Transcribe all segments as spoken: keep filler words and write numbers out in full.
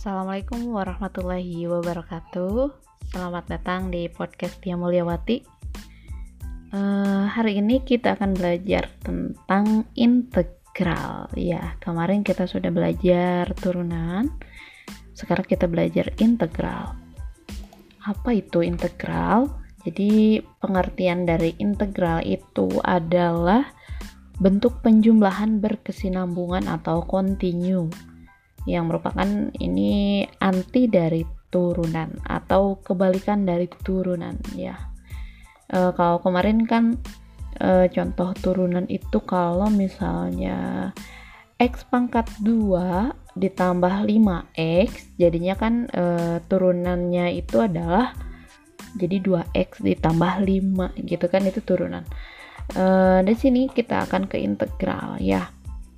Assalamualaikum warahmatullahi wabarakatuh. Selamat datang di podcast Tia Mulyawati. Uh, hari ini kita akan belajar tentang integral. Ya, kemarin kita sudah belajar turunan. Sekarang kita belajar integral. Apa itu integral? Jadi pengertian dari integral itu adalah bentuk penjumlahan berkesinambungan atau kontinu, yang merupakan ini anti dari turunan atau kebalikan dari turunan ya. E, kalau kemarin kan e, contoh turunan itu kalau misalnya x pangkat dua ditambah lima x, jadinya kan e, turunannya itu adalah jadi dua x ditambah lima gitu kan, itu turunan. E, dari sini kita akan ke integral ya.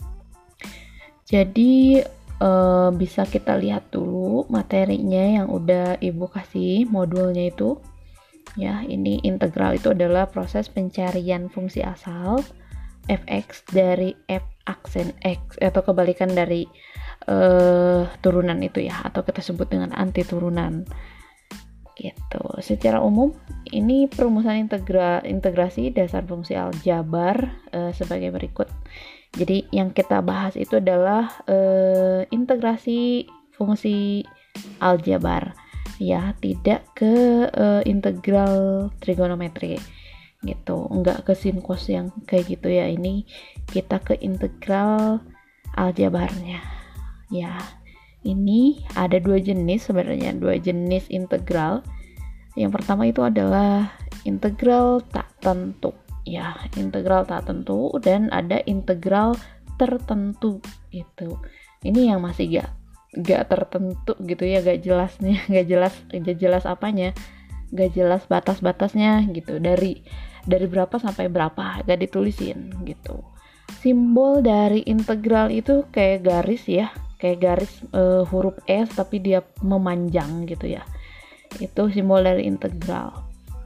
Jadi Uh, bisa kita lihat dulu materinya yang udah ibu kasih modulnya itu ya. Ini integral itu adalah proses pencarian fungsi asal f(x) dari f aksen x, atau kebalikan dari uh, turunan itu ya, atau kita sebut dengan anti turunan gitu. Secara umum ini perumusan integra- integrasi dasar fungsi aljabar uh, sebagai berikut. Jadi yang kita bahas itu adalah uh, integrasi fungsi aljabar ya, tidak ke uh, integral trigonometri gitu, enggak ke sin cos yang kayak gitu ya. Ini kita ke integral aljabarnya ya. Ini ada dua jenis sebenarnya, dua jenis integral. Yang pertama itu adalah integral tak tentu ya, integral tak tentu, dan ada integral tertentu gitu. Ini yang masih gak gak tertentu gitu ya, gak jelasnya, gak jelas gak jelas apanya, gak jelas batas-batasnya gitu, dari dari berapa sampai berapa gak ditulisin gitu. Simbol dari integral itu kayak garis ya, kayak garis e, huruf S tapi dia memanjang gitu ya. Itu simbol dari integral.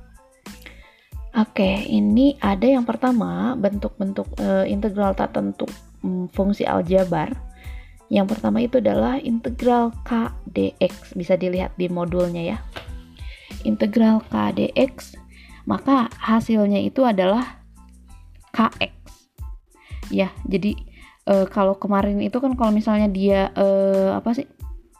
Oke, ini ada yang pertama bentuk-bentuk e, integral tak tentu mm, fungsi aljabar. Yang pertama itu adalah integral k dx, bisa dilihat di modulnya ya. Integral k dx, maka hasilnya itu adalah kx. Ya, jadi e, kalau kemarin itu kan kalau misalnya dia e, apa sih?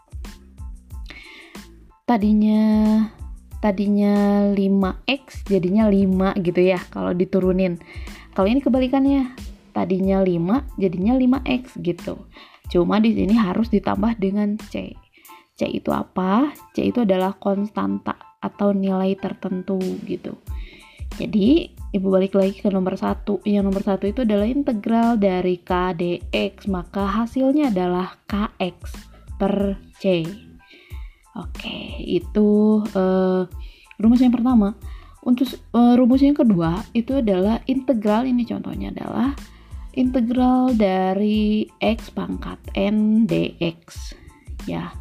Tadinya tadinya lima x jadinya lima gitu ya kalau diturunin. Kalau ini kebalikannya, tadinya lima jadinya lima x gitu. Cuma di sini harus ditambah dengan c. C itu apa? C itu adalah konstanta atau nilai tertentu gitu. Jadi ibu balik lagi ke nomor satu. Yang nomor satu itu adalah integral dari k dx, maka hasilnya adalah kx per c. Oke, itu uh, rumus yang pertama. Untuk uh, rumus yang kedua itu adalah integral, ini contohnya adalah integral dari x pangkat n dx ya.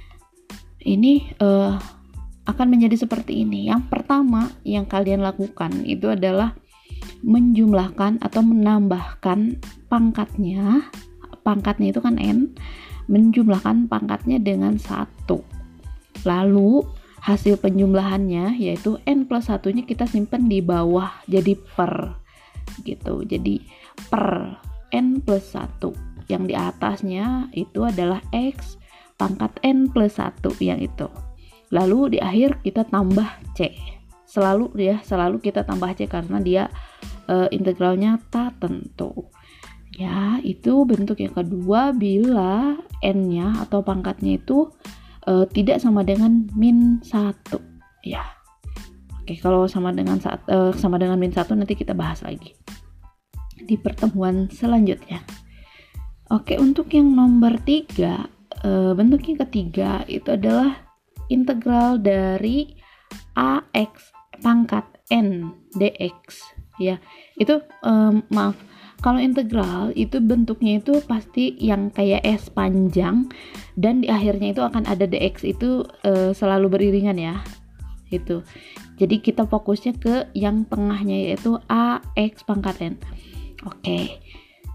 Ini uh, akan menjadi seperti ini. Yang pertama yang kalian lakukan itu adalah menjumlahkan atau menambahkan pangkatnya. Pangkatnya itu kan n, menjumlahkan pangkatnya dengan satu. Lalu hasil penjumlahannya yaitu n plus satunya kita simpan di bawah jadi per gitu. Jadi per n plus satu, yang di atasnya itu adalah x pangkat n plus satu yang itu. Lalu di akhir kita tambah c. Selalu ya, selalu kita tambah c karena dia e, integralnya tak tentu. Ya, itu bentuk yang kedua bila n-nya atau pangkatnya itu Uh, tidak sama dengan min satu ya. Oke, kalau sama dengan saat uh, sama dengan min satu nanti kita bahas lagi di pertemuan selanjutnya. Oke, untuk yang nomor tiga, uh, bentuk yang ketiga itu adalah integral dari ax pangkat n dx ya. Itu um, maaf, kalau integral itu bentuknya itu pasti yang kayak S panjang dan di akhirnya itu akan ada dx, itu e, selalu beriringan ya. Itu. Jadi kita fokusnya ke yang tengahnya yaitu ax pangkat n. Oke.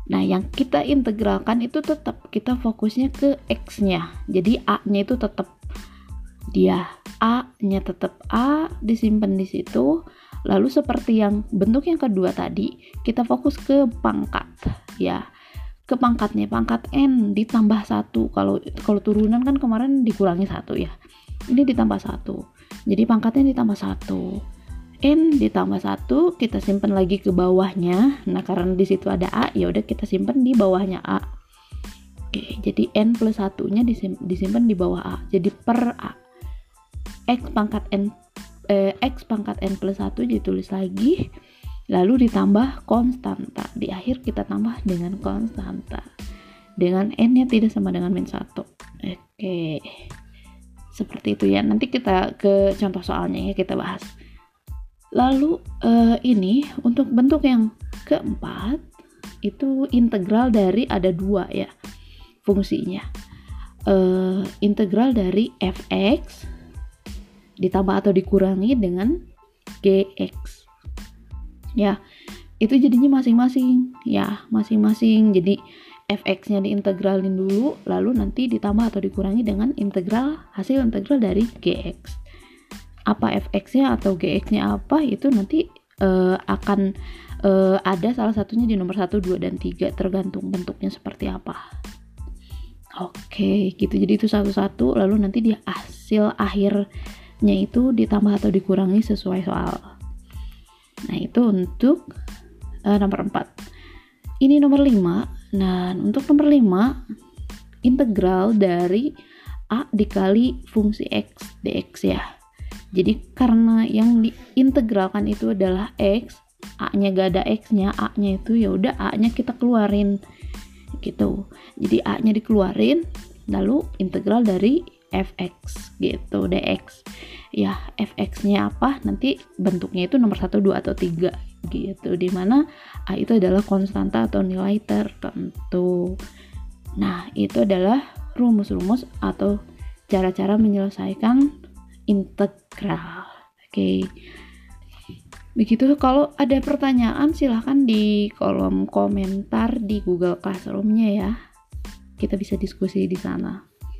Nah, yang kita integralkan itu tetap kita fokusnya ke X-nya. Jadi A-nya itu tetap dia, A-nya tetap A disimpan di situ. Lalu seperti yang bentuk yang kedua tadi, kita fokus ke pangkat ya. Ke pangkatnya, pangkat N ditambah satu. Kalau kalau turunan kan kemarin dikurangi satu ya. Ini ditambah satu. Jadi pangkatnya ditambah satu. N ditambah satu, kita simpan lagi ke bawahnya. Nah, karena di situ ada A, ya udah kita simpan di bawahnya A. Oke, jadi N plus satu-nya disim- disimpan di bawah A. Jadi per A. X pangkat N eh, X pangkat N plus satu ditulis lagi. Lalu ditambah konstanta. Di akhir kita tambah dengan konstanta. Dengan N-nya tidak sama dengan min satu. Oke. Seperti itu ya. Nanti kita ke contoh soalnya ya kita bahas. Lalu uh, ini untuk bentuk yang keempat itu integral dari ada dua ya fungsinya. Uh, integral dari f(x) ditambah atau dikurangi dengan gx. Ya, itu jadinya masing-masing ya, masing-masing. Jadi f(x)-nya diintegralin dulu, lalu nanti ditambah atau dikurangi dengan integral hasil integral dari gx. Apa f(x)-nya atau gx-nya apa itu nanti uh, akan uh, ada salah satunya di nomor satu, dua, dan tiga tergantung bentuknya seperti apa. Oke, gitu. Jadi itu satu-satu, lalu nanti dia hasil akhirnya itu ditambah atau dikurangi sesuai soal. Nah, itu untuk uh, nomor empat. Ini nomor lima. Nah, untuk nomor lima, integral dari A dikali fungsi X dx ya. Jadi karena yang diintegralkan itu adalah X, A-nya gak ada X-nya, A-nya itu ya udah A-nya kita keluarin gitu. Jadi A-nya dikeluarin, lalu integral dari f(x) gitu, dx. Ya, f(x)-nya apa? Nanti bentuknya itu nomor satu, dua, atau tiga gitu. Dimana A itu adalah konstanta atau nilai tertentu. Nah, itu adalah rumus-rumus atau cara-cara menyelesaikan integral. Oke. Begitu. Kalau ada pertanyaan silahkan di kolom komentar di Google Classroom-nya ya. Kita bisa diskusi di sana.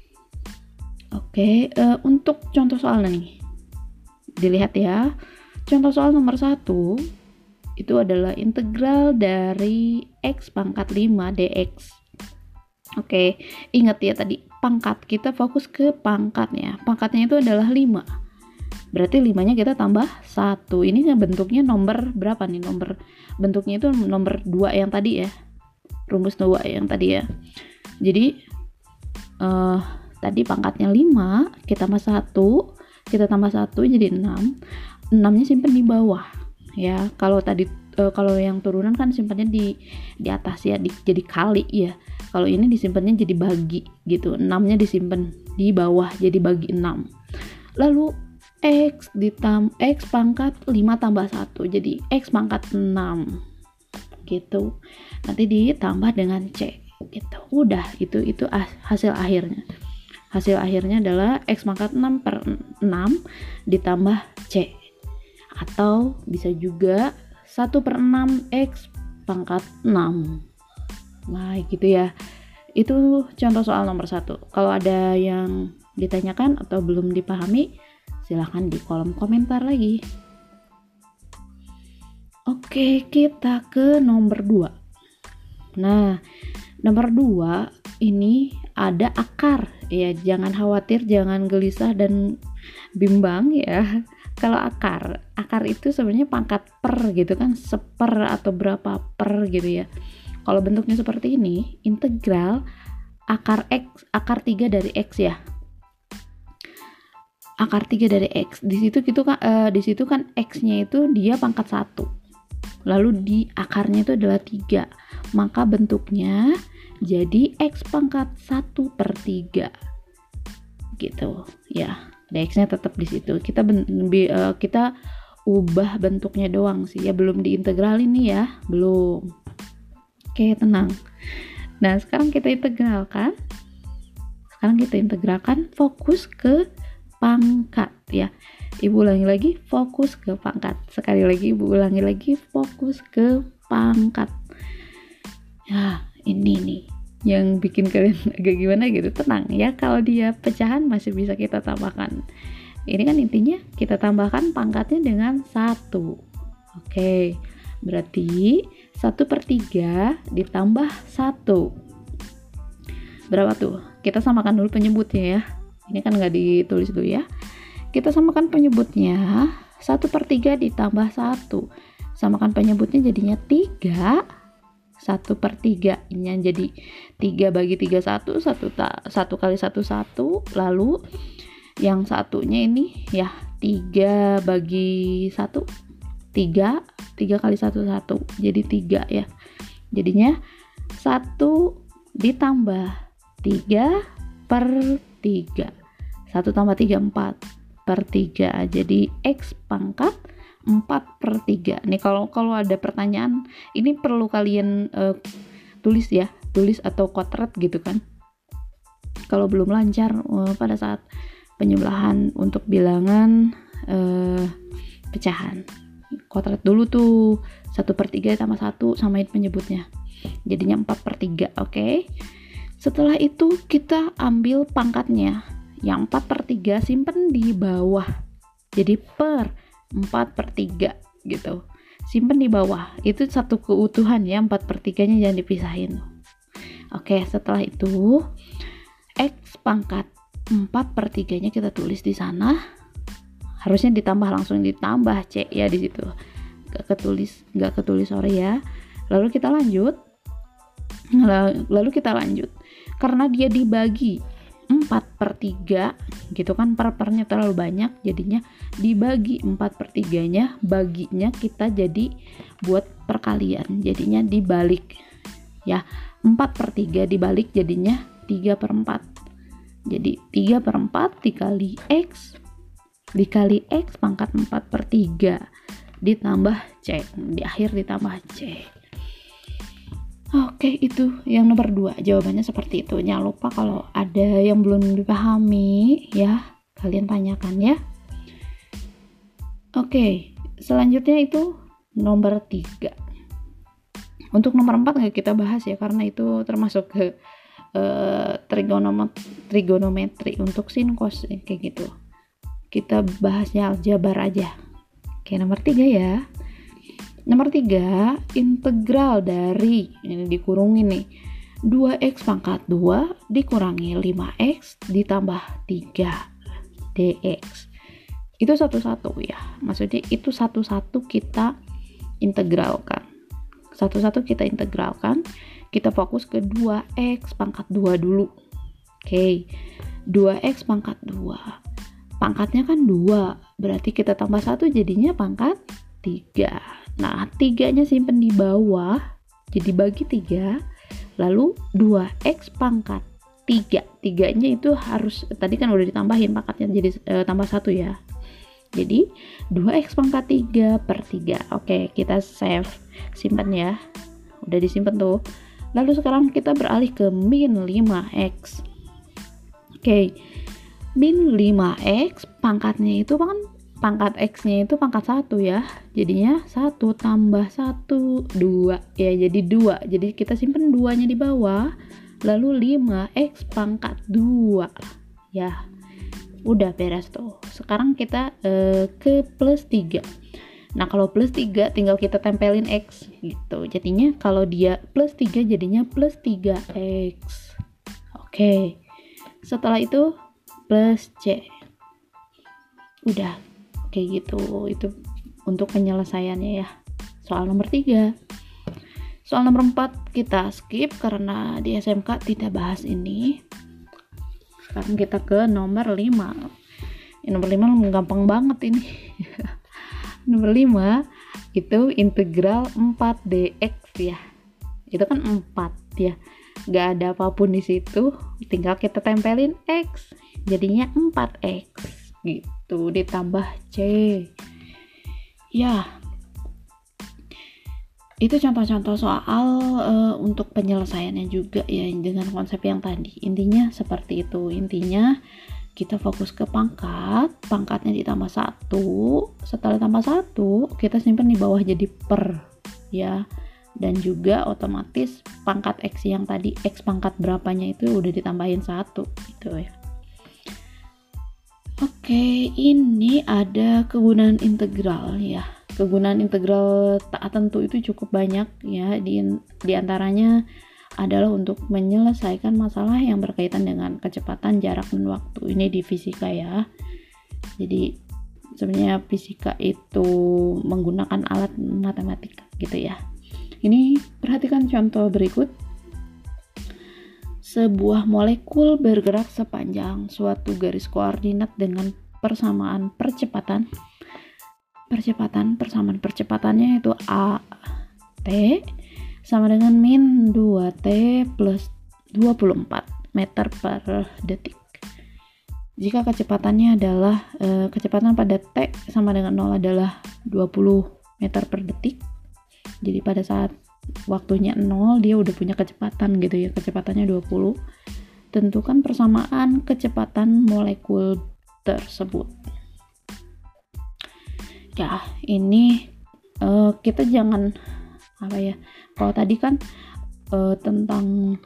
Oke, uh, untuk contoh soalnya nih. Dilihat ya. Contoh soal nomor satu itu adalah integral dari X pangkat lima dx. Oke, ingat ya tadi pangkat, kita fokus ke pangkatnya. Pangkatnya itu adalah lima. Berarti limanya kita tambah satu. Ini bentuknya nomor berapa nih? Nomor bentuknya itu nomor dua yang tadi ya. Rumus dua yang tadi ya. Jadi uh, tadi pangkatnya lima, kita tambah satu, kita tambah satu jadi enam. enam-nya simpen di bawah. Ya, kalau tadi uh, kalau yang turunan kan simpannya di di atas ya, di, jadi kali ya. Kalau ini disimpannya jadi bagi gitu. enam-nya disimpan di bawah jadi bagi enam. Lalu X ditam X pangkat lima tambah satu jadi X pangkat enam gitu. Nanti ditambah dengan C gitu. Udah, itu itu hasil akhirnya. Hasil akhirnya adalah X pangkat enam per enam ditambah C. Atau bisa juga satu per enam X pangkat enam. Nah, gitu ya. Itu contoh soal nomor satu. Kalau ada yang ditanyakan atau belum dipahami, silahkan di kolom komentar lagi. Oke, kita ke nomor dua. Nah, nomor dua ini ada akar. Ya, jangan khawatir, jangan gelisah dan bimbang ya. Kalau akar, akar itu sebenarnya pangkat per gitu kan, seper atau berapa per gitu ya. Kalau bentuknya seperti ini, integral akar X, akar tiga dari X ya. Akar tiga dari X. Di situ gitu kan uh, di situ kan X-nya itu dia pangkat satu. Lalu di akarnya itu adalah tiga. Maka bentuknya jadi X pangkat satu per tiga. Gitu ya. Dx-nya tetap di situ. Kita ben, uh, kita ubah bentuknya doang sih ya, belum diintegralin nih ya, belum. Oke, tenang. Nah, sekarang kita integralkan. Sekarang kita integralkan fokus ke pangkat ya. Ibu ulangi lagi, fokus ke pangkat. Sekali lagi ibu ulangi lagi, fokus ke pangkat. Ya, ini nih yang bikin kalian agak gimana gitu. Tenang ya, kalau dia pecahan masih bisa kita tambahkan. Ini kan intinya kita tambahkan pangkatnya dengan satu. Oke, berarti satu per tiga ditambah satu. Berapa tuh? Kita samakan dulu penyebutnya ya. Ini kan nggak ditulis dulu ya. Kita samakan penyebutnya. satu per tiga ditambah satu. Samakan penyebutnya jadinya tiga. satu per tiga ini jadi tiga bagi tiga satu, satu, satu kali satu, satu. Lalu yang satunya ini ya tiga bagi satu, tiga, tiga kali satu, satu. Jadi tiga ya. Jadinya satu ditambah tiga per tiga. satu tambah tiga, empat per tiga. Jadi X pangkat empat per tiga. Nih kalau kalau ada pertanyaan, ini perlu kalian uh, tulis ya, tulis atau kotret gitu kan. Kalau belum lancar uh, pada saat penyebelahan untuk bilangan uh, pecahan, kotret dulu tuh satu per tiga tambah satu, samain penyebutnya. Jadinya empat per tiga, oke. Okay? Setelah itu kita ambil pangkatnya. Yang empat per tiga simpen di bawah. Jadi per empat per tiga gitu, simpen di bawah. Itu satu keutuhan ya, empat per tiga nya jangan dipisahin. Oke, setelah itu X pangkat empat per tiga nya kita tulis di sana. Harusnya ditambah, langsung ditambah C ya di situ. Gak ketulis, gak ketulis sorry ya. Lalu kita lanjut. Lalu kita lanjut. Karena dia dibagi empat per tiga gitu kan, per pernya terlalu banyak, jadinya dibagi empat per tiga nya, baginya kita jadi buat perkalian, jadinya dibalik ya, empat per tiga dibalik jadinya tiga per empat. Jadi tiga per empat dikali X dikali X pangkat empat per tiga ditambah C, di akhir ditambah C. Oke, itu yang nomor dua, jawabannya seperti itu. Jangan lupa kalau ada yang belum dipahami ya, kalian tanyakan ya. Oke, selanjutnya itu nomor tiga. Untuk nomor empat nggak kita bahas ya, karena itu termasuk ke uh, trigonometri, trigonometri untuk sin cos kayak gitu. Kita bahasnya aljabar aja. Oke, nomor tiga ya. Nomor tiga, integral dari, ini dikurungin nih, dua X pangkat dua dikurangi lima X ditambah tiga dx. Itu satu-satu ya, maksudnya itu satu-satu kita integralkan. Satu-satu kita integralkan, kita fokus ke dua X pangkat dua dulu. Oke, dua X pangkat dua. Pangkatnya kan dua, berarti kita tambah satu jadinya pangkat tiga. Nah, tiganya simpen di bawah, jadi bagi tiga, lalu dua X pangkat tiga. Tiganya itu harus, tadi kan udah ditambahin pangkatnya, jadi e, tambah satu ya. Jadi, dua X pangkat tiga per tiga. Oke, kita save, simpen ya. Udah disimpan tuh. Lalu sekarang kita beralih ke min lima X. Oke, min lima X pangkatnya itu kan pangkat X-nya itu pangkat satu ya, jadinya satu tambah satu, dua ya, jadi dua, jadi kita simpen duanya di bawah, lalu lima X pangkat dua ya, udah beres tuh. Sekarang kita eh, ke plus tiga. Nah kalau plus tiga tinggal kita tempelin X gitu, jadinya kalau dia plus tiga jadinya plus tiga X. Oke, setelah itu plus C, udah kayak gitu. Itu untuk penyelesaiannya ya, soal nomor tiga. Soal nomor empat kita skip karena di S M K tidak bahas ini. Sekarang kita ke nomor lima. Ini nomor lima gampang banget ini. Nomor lima itu integral empat dx ya. Itu kan empat ya, gak ada apapun di situ, tinggal kita tempelin X, jadinya empat X gitu, ditambah C ya. Itu contoh-contoh soal uh, untuk penyelesaiannya juga ya, dengan konsep yang tadi. Intinya seperti itu. Intinya kita fokus ke pangkat, pangkatnya ditambah satu, setelah tambah satu kita simpan di bawah jadi per ya. dan juga otomatis pangkat X yang tadi X pangkat berapanya itu udah ditambahin satu gitu ya. Oke, ini ada kegunaan integral ya. Kegunaan integral tak tentu itu cukup banyak ya, di, di antaranya adalah untuk menyelesaikan masalah yang berkaitan dengan kecepatan, jarak, dan waktu. Ini di fisika ya. Jadi sebenarnya fisika itu menggunakan alat matematika gitu ya. Ini perhatikan contoh berikut. Sebuah molekul bergerak sepanjang suatu garis koordinat dengan persamaan percepatan. Percepatan, persamaan percepatannya itu A T sama dengan min dua T plus dua puluh empat meter per detik. Jika kecepatannya adalah e, kecepatan pada T sama dengan nol adalah dua puluh meter per detik. Jadi pada saat waktunya nol dia udah punya kecepatan gitu ya, kecepatannya dua puluh. Tentukan persamaan kecepatan molekul tersebut. Ya, ini e, kita jangan apa ya, kalau tadi kan uh, tentang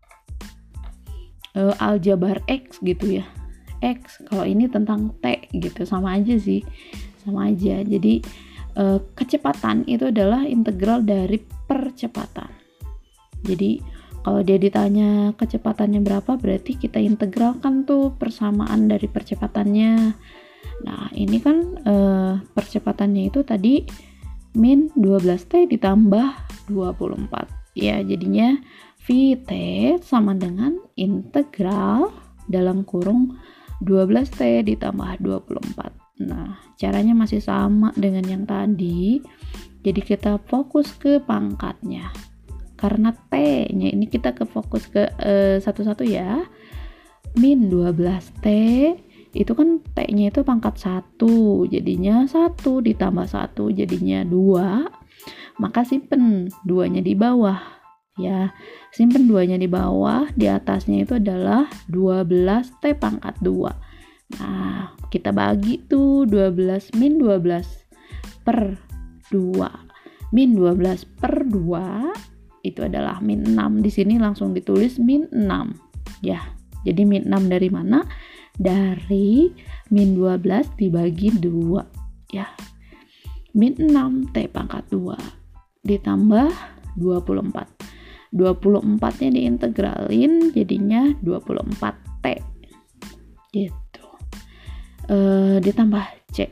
uh, aljabar X gitu ya, X, kalau ini tentang T gitu, sama aja sih, sama aja. Jadi uh, kecepatan itu adalah integral dari percepatan. Jadi kalau dia ditanya kecepatannya berapa, berarti kita integralkan tuh persamaan dari percepatannya. Nah ini kan uh, percepatannya itu tadi min dua belas T ditambah dua puluh empat. Ya, jadinya V T sama dengan integral dalam kurung dua belas T ditambah dua puluh empat. Nah, caranya masih sama dengan yang tadi. Jadi kita fokus ke pangkatnya. Karena T-nya ini kita ke fokus ke eh, satu-satu ya. Min dua belas T itu kan T-nya itu pangkat satu, jadinya satu ditambah satu jadinya dua, maka simpen duanya di bawah ya, simpen duanya di bawah, di atasnya itu adalah dua belas T pangkat dua. Nah kita bagi tuh dua belas min dua belas per dua, min dua belas per dua itu adalah min enam. Di sini langsung ditulis min enam ya. Jadi min enam dari mana? Dari min dua belas dibagi dua ya. Min enam T pangkat dua ditambah dua puluh empat. dua puluh empat-nya diintegralin jadinya dua puluh empat T. Gitu. E, ditambah C.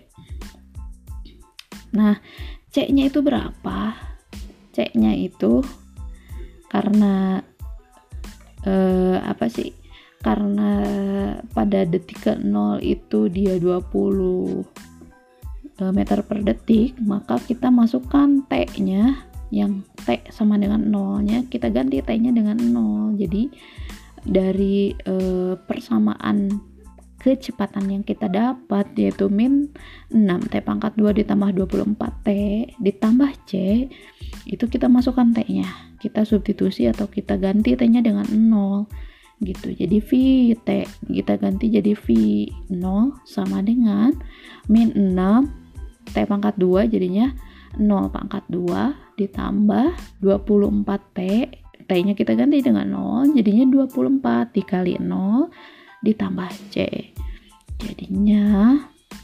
Nah, C-nya itu berapa? C-nya itu karena e, apa sih? Karena pada detik ke nol itu dia dua puluh meter per detik, maka kita masukkan T-nya yang T sama dengan nolnya, kita ganti T-nya dengan nol. Jadi dari e, persamaan kecepatan yang kita dapat yaitu min enam T pangkat dua ditambah dua puluh empat T ditambah C, itu kita masukkan T-nya, kita substitusi atau kita ganti T-nya dengan nol gitu. Jadi V T kita ganti jadi V nol sama dengan min enam T pangkat dua jadinya nol pangkat dua ditambah dua puluh empat T, T-nya kita ganti dengan nol jadinya dua puluh empat dikali nol ditambah C. Jadinya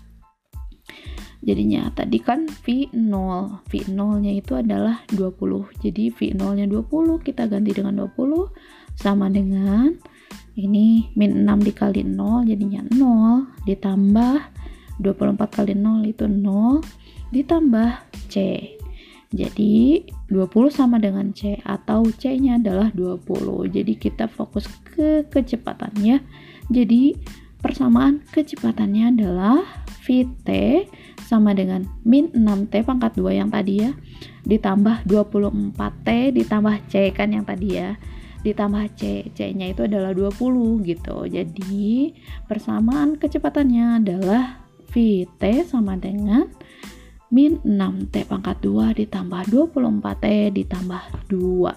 jadinya tadi kan V nol, V nol-nya itu adalah dua puluh. Jadi V nol-nya dua puluh kita ganti dengan dua puluh sama dengan ini min enam dikali nol jadinya nol ditambah dua puluh empat kali nol itu nol ditambah C. Jadi dua puluh sama dengan C atau C-nya adalah dua puluh. Jadi kita fokus ke kecepatannya. Jadi persamaan kecepatannya adalah V T sama dengan min enam T pangkat dua yang tadi ya ditambah dua puluh empat T ditambah C kan yang tadi ya, ditambah C, C-nya itu adalah dua puluh gitu. Jadi persamaan kecepatannya adalah V T sama dengan min enam T pangkat dua ditambah dua puluh empat T ditambah dua.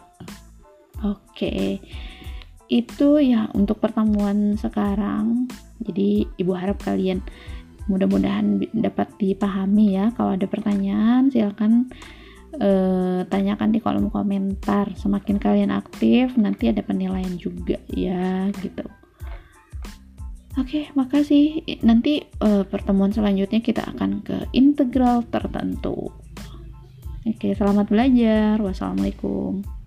Oke, itu ya untuk pertemuan sekarang. Jadi ibu harap kalian mudah-mudahan dapat dipahami ya. Kalau ada pertanyaan silakan eh, tanyakan di kolom komentar. Semakin kalian aktif, nanti ada penilaian juga ya gitu. Oke, makasih. Nanti uh, pertemuan selanjutnya kita akan ke integral tertentu. Oke, selamat belajar. Wassalamualaikum.